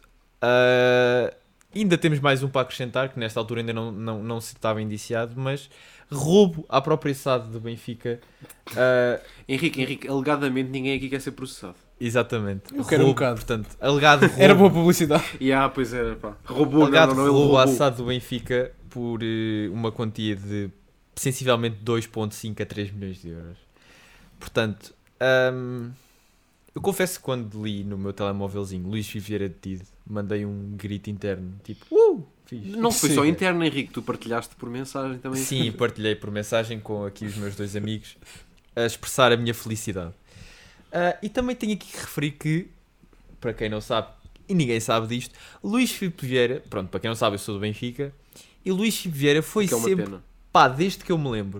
ah, ainda temos mais um para acrescentar, que nesta altura ainda não, não, não se estava indiciado, mas roubo à própria S A D do Benfica. ah, Henrique, Henrique, alegadamente ninguém aqui quer ser processado. exatamente. Eu quero um Roubo, bocado. Portanto, alegado roubo. Era boa publicidade. E ah, pois era, pá. Roubou, não, Alegado não, não, ele roubo à roubou. S A D do Benfica por eh, uma quantia de sensivelmente dois vírgula cinco a três milhões de euros. Portanto, hum, eu confesso que quando li no meu telemóvelzinho Luís Vieira detido, mandei um grito interno, tipo, uh, fiz. Não foi Sim. só interno, Henrique, tu partilhaste por mensagem também. Sim, partilhei por mensagem com aqui os meus dois amigos a expressar a minha felicidade. Ah, e também tenho aqui que referir que, para quem não sabe, e ninguém sabe disto, Luís Filipe Vieira, pronto, para quem não sabe, eu sou do Benfica, e Luís Filipe Vieira foi Que é uma sempre, pena. pá, desde que eu me lembro,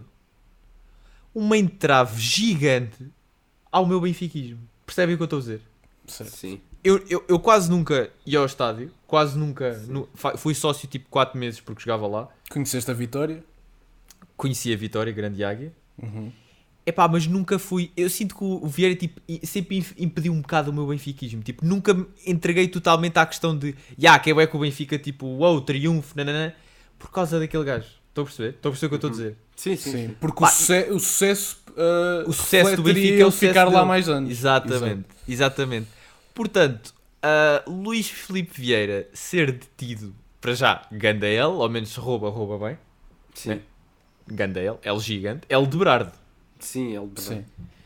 uma entrave gigante ao meu benfiquismo. Percebem o que eu estou a dizer? Sim. Eu, eu, eu quase nunca ia ao estádio, quase nunca, nu- fa- fui sócio tipo quatro meses porque jogava lá, Conheceste a Vitória? conheci a Vitória, Grande Águia. Uhum. Epá, mas nunca fui. Eu sinto que o o Vieira tipo, i- sempre im- impediu um bocado o meu benfiquismo. Tipo, nunca me entreguei totalmente à questão de ya, que é bué que o Benfica, tipo, wow, triunfo, nananã, por causa daquele gajo. Estão a perceber? Estão a perceber o que eu estou a dizer? Sim, sim. Sim, sim. porque Pá, o, suce- o sucesso, uh, O sucesso do refletiria Benfica é o ele sucesso ficar lá dele. mais anos. Exatamente, exatamente. Portanto, ah, Luís Filipe Vieira ser detido, para já, ganda L, ao menos se rouba, rouba bem. Sim, Ganda L, L gigante, L de Berardo. sim, ele Sim.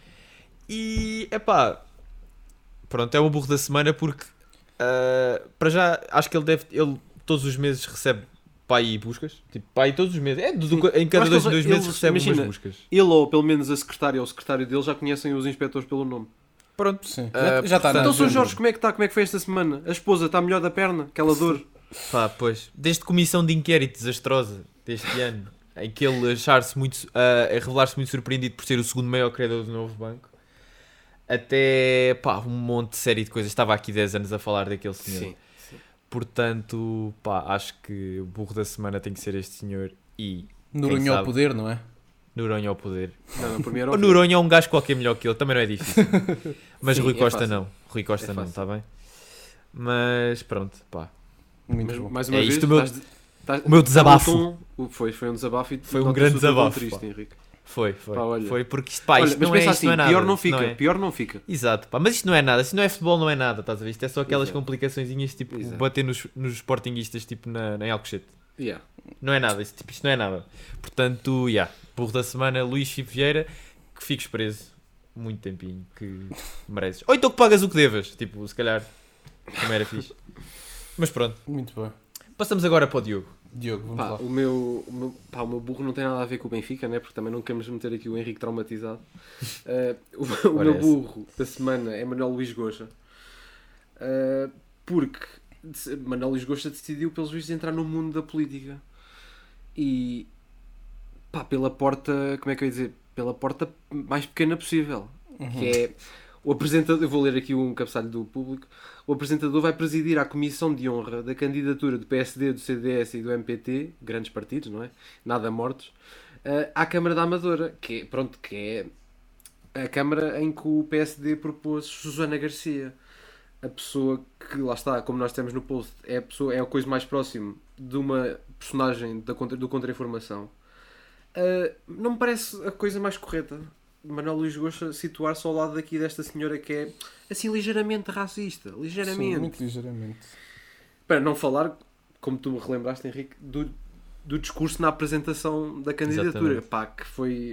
E, epá, pronto, é o burro da semana porque, ah, para já, acho que ele deve, ele todos os meses recebe pá aí buscas, tipo, pá aí todos os meses, é, do- Sim. em cada Eu dois acho em que dois eles- meses eles- recebe imagina, umas buscas. Ele ou pelo menos a secretária ou o secretário dele já conhecem os inspectores pelo nome. Pronto, Sim. Ah, já já está portanto- na Então, Sr. agenda. Jorge, como é que está? Como é que foi esta semana? A esposa está melhor da perna? Aquela dor? pá, pois, desde comissão de inquérito desastrosa deste ano, em que ele achar-se muito, ah, a revelar-se muito surpreendido por ser o segundo maior credor do Novo Banco, até, pá, um monte de série de coisas. Estava aqui dez anos a falar daquele senhor. Sim. sim. Portanto, pá, acho que o burro da semana tem que ser este senhor e Noronha quem ao sabe? poder, não é? Noronha ao poder. Não, não, por mim era O o Noronha é um gajo qualquer melhor que ele, também não é difícil. Mas Sim, Rui é Costa fácil. não. Rui Costa É não, fácil. está bem? Mas pronto, pá. Muito Mas, bom. mais uma É vez, isto o meu- estás de- estás- o meu desabafo. um tom- o- foi, foi um desabafo e Foi um nota-se grande o teu tom desabafo, triste, pá. Henrique. Foi, foi. Pá, olha. Foi porque isto, pá, Olha, isto mas não é, pensa isto assim, não é nada. pior não isto fica, é. pior não fica. Exato, pá, mas isto não é nada. Se não é futebol, não é nada, estás a ver? Isto é só aquelas Exato. complicaçõezinhas, tipo, Exato. bater nos, nos sportinguistas, tipo, na, na Alcochete. Yeah. Não é nada, isto, tipo, isto não é nada. Portanto, já, yeah, burro da semana, Luís Filipe Vieira, que fiques preso muito tempinho, que mereces. Ou então que pagas o que devas, tipo, se calhar, também era fixe. Mas pronto, Muito bem. passamos agora para o Diogo. Diogo, vamos Pá, lá. o, meu, o, meu, pá, o meu burro não tem nada a ver com o Benfica, né? Porque também não queremos meter aqui o Henrique traumatizado. Uh, o o Ora meu essa. burro da semana é Manuel Luís Goxa. Uh, porque de- Manuel Luís Goxa decidiu, pelos vistos, entrar no mundo da política. E pá, pela porta, como é que eu ia dizer? Pela porta mais pequena possível. Que é o apresentador. Eu vou ler aqui um cabeçalho do Público. O apresentador vai presidir a comissão de honra da candidatura do P S D, do C D S e do M P T, grandes partidos, não é? Nada mortos, eh, à Câmara da Amadora, que é, pronto, que é a Câmara em que o P S D propôs Susana Garcia, a pessoa que, lá está, como nós temos no post, é a, pessoa, é a coisa mais próxima de uma personagem da, contra- do Contra-Informação. Eh, não me parece a coisa mais correta Manuel Luís Goxa situar-se ao lado daqui desta senhora que é assim ligeiramente racista, ligeiramente. Sim, muito ligeiramente. Para não falar, como tu me relembraste, Henrique, do, do discurso na apresentação da candidatura. Exatamente. Pá, que foi...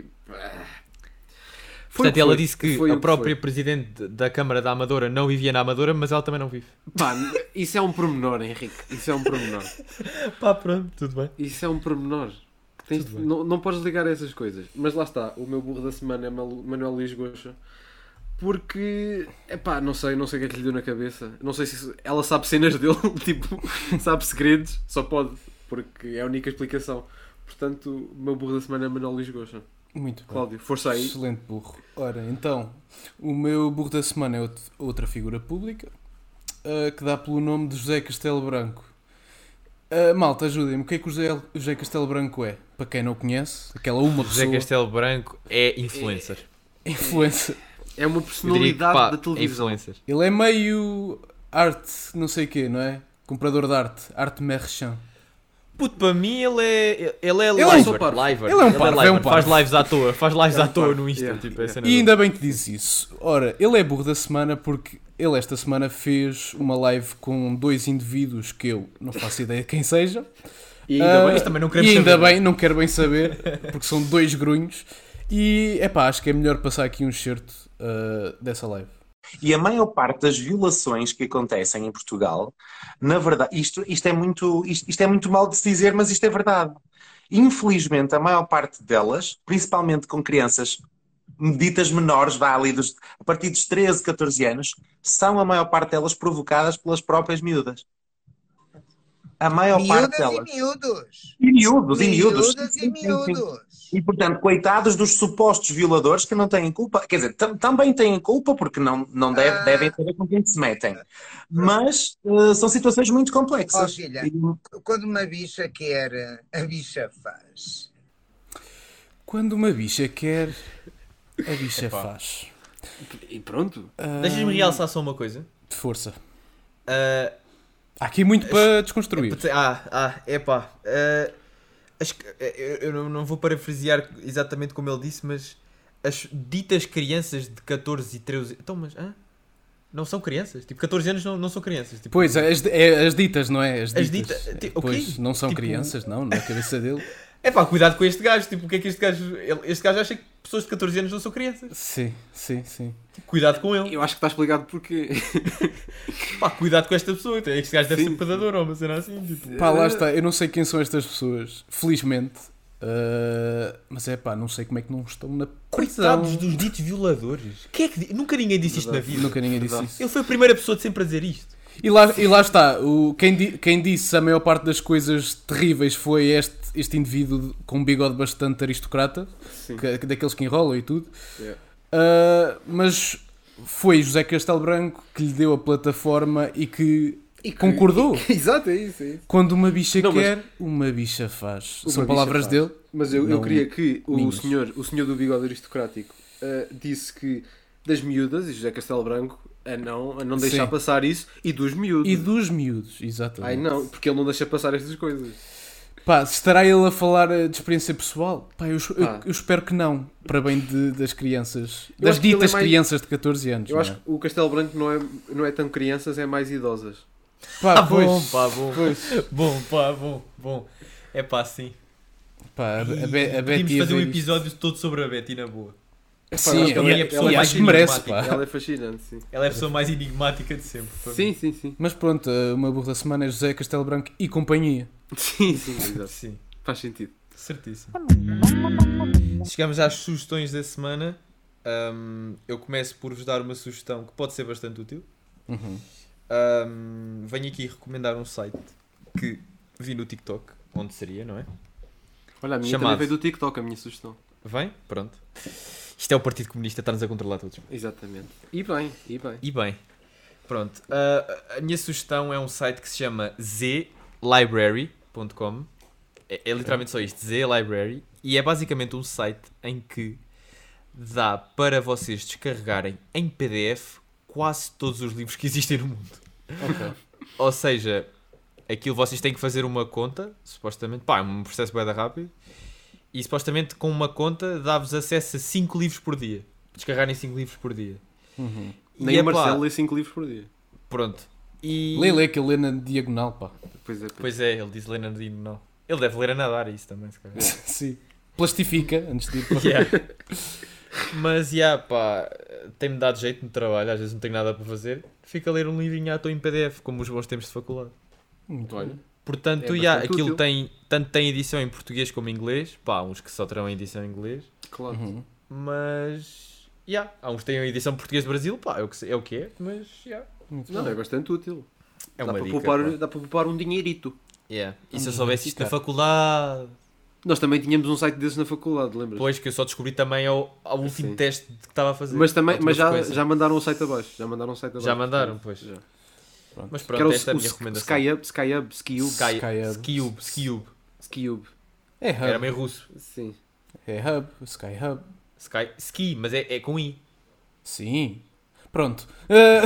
Foi Portanto, o que ela foi. disse que Foi o a que própria foi. presidente da Câmara da Amadora não vivia na Amadora, mas ela também não vive. Pá, isso é um pormenor, Henrique. Isso é um pormenor. Pá, pronto, tudo bem. Isso é um pormenor. Que tens- Tudo bem. não, não podes ligar a essas coisas. Mas lá está, o meu burro da semana é Malu- Manuel Luís Goxa. Porque, epá, não sei, não sei o que é que lhe deu na cabeça. Não sei se isso- ela sabe cenas dele, tipo, sabe segredos, só pode, porque é a única explicação. Portanto, o meu burro da semana é Manuel Luís Goxa. Muito bem. Cláudio, força aí. Excelente burro. Ora, então, o meu burro da semana é out- outra figura pública, ah, que dá pelo nome de José Castelo Branco. Ah, malta, ajudem-me, o que é que o José, José Castelo Branco é? Para quem não conhece, aquela uma José pessoa, Castelo Branco é influencer. influencer. É uma Eu diria que, personalidade pá, da é televisão. influencer. Ele é meio arte, não sei o quê, não é? Comprador de arte, arte merchant. Puto, para mim ele é. Ele é é um liver, parvo. liver. Ele é um parvo, é liver, um Faz parvo. lives à toa, faz lives É um à toa parvo, no Insta. yeah, Tipo, yeah. é cena E dele. ainda bem que diz isso. Ora, ele é burro da semana porque ele esta semana fez uma live com dois indivíduos que eu não faço ideia de quem sejam. E ainda Ah, bem, Mas também não queremos e ainda saber. bem, não quero bem saber, porque são dois grunhos. E é pá, acho que é melhor passar aqui um excerto ah, dessa live. E a maior parte das violações que acontecem em Portugal, na verdade, isto, isto, é muito, isto, isto é muito mal de se dizer, mas isto é verdade. Infelizmente, a maior parte delas, principalmente com crianças ditas menores, vá ali dos, a partir dos treze, catorze anos, são a maior parte delas provocadas pelas próprias miúdas. A maior parte Miúdas e delas. miúdos. E miúdos, e miúdos. Miúdas Sim, e sim, sim. miúdos. E, portanto, coitados dos supostos violadores que não têm culpa. Quer dizer, tam- também têm culpa porque não, não deve- Ah. devem saber com quem se metem. Mas eh, são situações muito Ó complexas. filha, E- quando uma bicha quer, a bicha faz. Quando uma bicha quer, a bicha faz. e pronto. Ah, Deixas-me realçar só uma coisa. de força. Ah, Há aqui muito para desconstruir. Ah, ah, epá. Uh, as, eu, eu não- não vou parafrasear exatamente como ele disse, mas as ditas crianças de catorze e treze... Então, mas... hã? Não são crianças? Tipo, catorze anos não, não são crianças. Tipo, Pois, as, é, as ditas, não é? As As ditas. dita- ti- o Pois, quê? não são Tipo- crianças, não, na cabeça dele. Epá, cuidado com este gajo. Tipo, o que é que este gajo... ele- Este gajo acha que pessoas de catorze anos não são crianças. Sim, sim, sim. Cuidado com ele. Eu acho que está explicado porque. Pá, cuidado com esta pessoa. Então, este gajo deve Sim, ser predador ou uma cena assim. Tipo. Pá, lá está, eu não sei quem são estas pessoas, felizmente. Ah, mas é pá, não sei como é que não estão na prisão. Coitados dos ditos violadores. Quem é que di- Nunca ninguém disse isto na vida. Nunca ninguém disse Verdade. isso. Ele foi a primeira pessoa de sempre a dizer isto. E lá, e lá está, o, quem, di- quem disse a maior parte das coisas terríveis foi este, este indivíduo com um bigode bastante aristocrata, Sim. que, daqueles que enrolam e tudo. Yeah. Ah, mas foi José Castelo Branco que lhe deu a plataforma e que E que- concordou. e- Exato, é isso, é isso. Quando uma bicha Não, mas- quer, uma bicha faz. Uma São bicha palavras faz. dele. Mas eu, eu Não queria que o minhas. senhor, o senhor do bigode aristocrático ah, disse que das miúdas, e José Castelo Branco, a não, a não deixar Sim. passar isso, e dos miúdos. E dos miúdos, exatamente. Ai não, porque ele não deixa passar estas coisas. Pá, se estará ele a falar eh, de experiência pessoal? Pá, eu, eu- Ah. eu espero que não. Para bem de- das crianças. Eu Das acho que ele é ditas mais- crianças de catorze anos. Eu não acho é? que o Castelo Branco não é, não é tão crianças, é mais idosas. Pá, Ah, bom, pois, pá, bom. pois. Bom, pá, bom, bom. É pá, sim. Pá, a, a, Be- a Podíamos Betty a fazer um ver isto. episódio todo sobre a Betty, na boa. Sim, acho que ela- ela é a pessoa ela mais acho que merece, enigmática. pá. Ela é fascinante, sim. Ela é a pessoa mais enigmática de sempre. para Sim, mim. sim, sim. Mas pronto, eh, uma burra da semana é José Castelo Branco e companhia. Sim, sim, exato. Sim, Faz sentido. certíssimo. Chegamos às sugestões da semana. Ahm, eu começo por vos dar uma sugestão que pode ser bastante útil. Uhum. Ahm, venho aqui recomendar um site que vi no TikTok, onde seria, não é? Olha, a minha Chamado. também veio do TikTok, a minha sugestão. Vem? Pronto. Isto é o Partido Comunista, está-nos a controlar todos. Exatamente. E bem, e bem. E bem, pronto. Ah, a minha sugestão é um site que se chama z library ponto com. É, é literalmente só isto, Z Library. E é basicamente um site em que dá para vocês descarregarem em P D F quase todos os livros que existem no mundo. Ok. Ou seja, aquilo vocês têm que fazer uma conta, supostamente, pá, é um processo bem rápido. E supostamente com uma conta dá-vos acesso a cinco livros por dia. Descarregarem cinco livros por dia. Uhum. Nem E o epá, Marcelo lê cinco livros por dia. Pronto. E... Lê, lê, que ele lê na diagonal, pá. Pois é, pois. Pois é, ele diz ler na não. Ele deve ler a nadar, isso também, se calhar. Sim. Plastifica antes de ir para... Yeah. Mas, yeah, pá, tem-me dado jeito no trabalho, às vezes não tenho nada para fazer. Fica a ler um livrinho à toa em P D F, como os bons tempos de faculdade. Muito Olha. bem. Portanto, É yeah, bastante aquilo útil. tem, tanto tem edição em português como em inglês. Pá, há uns que só terão a edição em inglês. Claro. Uhum. Mas, yeah, há uns que têm a edição português do Brasil, pá, é o que, é, o que é, mas, yeah, Muito Não, bem. é bastante útil. é dá, uma para dica. poupar, pá. dá para poupar um dinheirito. Yeah. E se eu Vamos soubesse isto na verificar. faculdade? Nós também tínhamos um site desses na faculdade, lembras? Pois, que eu só descobri também ao, ao último Sim. teste que estava a fazer. Mas, também, A última mas já, sequência. já mandaram o site abaixo. Já mandaram o site abaixo. Já mandaram, pois. Já. Mas Que pronto, era o, esta é a o minha Sk- recomendação. SkyUp, SkyUp, SkyUp. Sky, Skyhub. Skyhub, Skyhub. SkyUp. É Hub. Era meio russo. Sim. É Hub. Sky Hub. Sky, ski, mas é, é com I. Sim. Pronto. Eh,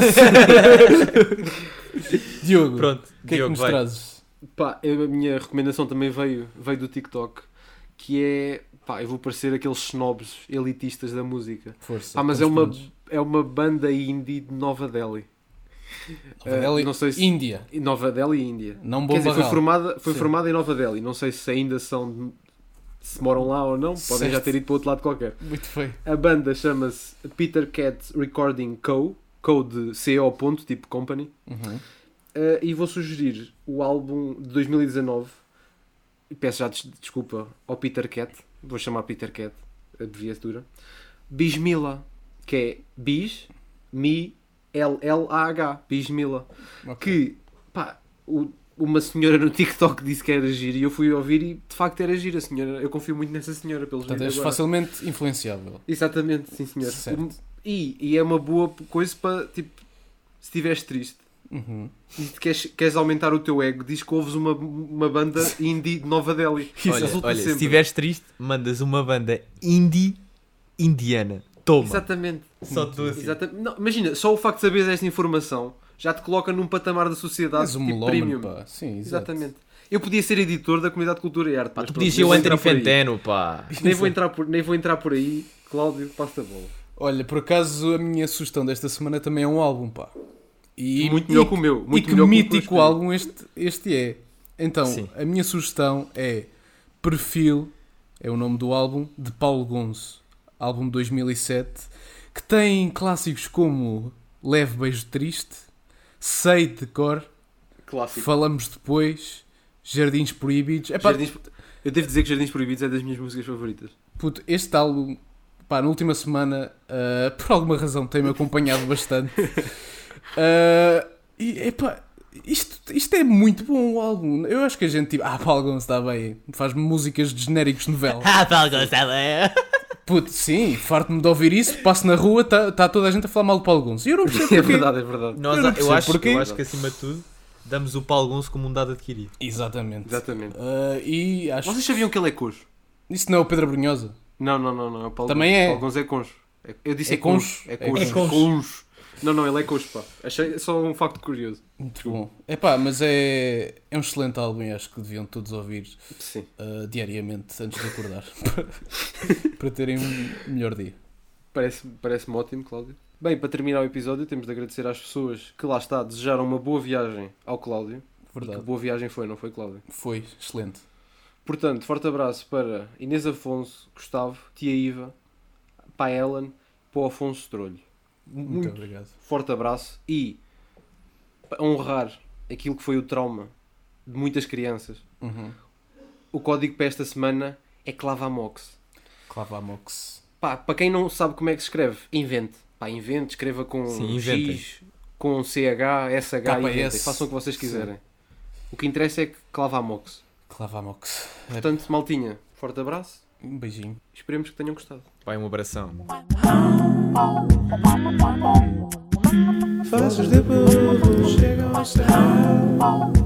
Diogo, Pronto, o que é que Diogo, nos vai. trazes? Pá, eu- a minha recomendação também veio, veio do TikTok. Que é... Pá, eu vou parecer aqueles snobs elitistas da música. Força. Ah, mas é uma, Quantos é uma banda indie de Nova Delhi. pontos? Nova Delhi, Eh, não sei se- Índia. Nova Delhi, Índia. Não Quer bom dizer, foi barral. formada, foi Sim. formada em Nova Delhi. Não sei se ainda são... de- Se moram lá ou não. Podem já Certo. ter ido para outro lado qualquer. Muito feio. A banda chama-se Peter Cat Recording Co. Co de C O ponto, tipo company. Uhum. Uh, e vou sugerir o álbum de dois mil e dezanove. E peço já des- desculpa ao Peter Cat. Vou chamar Peter Cat, a abreviatura. Bismillah, que é Bis, Mi, L L A H. Bismillah. Ok. Que, pá, o- uma senhora no TikTok disse que era giro e eu fui ouvir e de facto era giro a senhora. Eu confio muito nessa senhora pelos Portanto, vídeos és agora. facilmente influenciável. Exatamente, sim senhor. Certo. E, e é uma boa coisa para, tipo, se estiveres triste Uhum. e te queres, queres aumentar o teu ego, diz que ouves uma, uma banda indie de Nova Delhi. Olha, Resulta olha se sempre. estiveres triste, mandas uma banda indie indiana. Toma. Exatamente. Só tu assim. Exatamente. Não, imagina, só o facto de saberes esta informação já te coloca num patamar da sociedade És um tipo melómano, premium. pá. Sim, exato. Exatamente. Eu podia ser editor da Comunidade de Cultura e Arte. Pá, mas tu pronto, podias ser nem o vou Anthony entrar por aí. Fantano, pá. Nem vou, entrar por, nem vou entrar por aí. Cláudio, passa a bola. Olha, por acaso a minha sugestão desta semana também é um álbum, pá. E, Muito e- melhor que o meu. E Muito que melhor que o que eu mítico escolhi. álbum este, este é. Então, Sim. a minha sugestão é Perfil, é o nome do álbum, de Paulo Gonço. Álbum de dois mil e sete, que tem clássicos como Leve Beijo Triste, Sei de Cor, Clássico. Falamos Depois, Jardins Proibidos. Epá, Jardins- Eu devo dizer que Jardins Proibidos é das minhas músicas favoritas. puto, este álbum, pá, na última semana, ah, por alguma razão, tem-me acompanhado bastante. Ah, e, epá, isto, isto é muito bom o álbum. Eu acho que a gente, tipo, ah, Paulo Gonçalves está bem, faz músicas de genéricos de novela. Ah, Paulo Gonçalves. Puto, sim, farto-me de ouvir isso, passo na rua, está tá toda a gente a falar mal do Paulo Gonçalves. E eu não percebo É porquê. verdade, é verdade. Nós, Eu não eu, percebo acho, porquê. eu acho que acima de tudo damos o Paulo Gonçalves como um dado adquirido. Exatamente. Exatamente. Ah, e acho Vocês sabiam que ele é coxo? isso não é o Pedro Brunhosa? Não, não, não, não. É o Paulo Também Gonço. é. Paulo Gonço é concho. É- Eu disse É é concho. concho. É É concho. concho. Concho. Não, não, ele é coxo, pá. Achei só um facto curioso. Muito bom. É pá, mas é, é um excelente álbum e acho que deviam todos ouvir Sim. uh, diariamente antes de acordar. Para terem um melhor dia. Parece, parece-me ótimo, Cláudio. Bem, para terminar o episódio, temos de agradecer às pessoas que lá está, desejaram uma boa viagem ao Cláudio. Verdade. Que boa viagem foi, não foi, Cláudio? Foi excelente. Portanto, forte abraço para Inês Afonso, Gustavo, Tia Iva, para a Ellen, para o Afonso Trolho. Muito, Muito obrigado. forte abraço e para honrar aquilo que foi o trauma de muitas crianças. Uhum. O código para esta semana é Clavamox. Clavamox. Pá, para quem não sabe como é que se escreve, invente. Pá, invente, escreva com Sim, inventem. X, com C H, S H, K S. inventem. Façam o que vocês quiserem. O que interessa é que Clavamox. Clavamox. É, Portanto, maltinha, forte abraço. um beijinho. Esperemos que tenham gostado. Pai, um abração. Faces de burro chegam ao céu.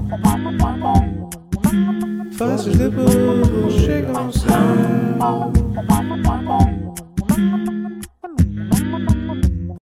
Faces de burro chegam ao céu.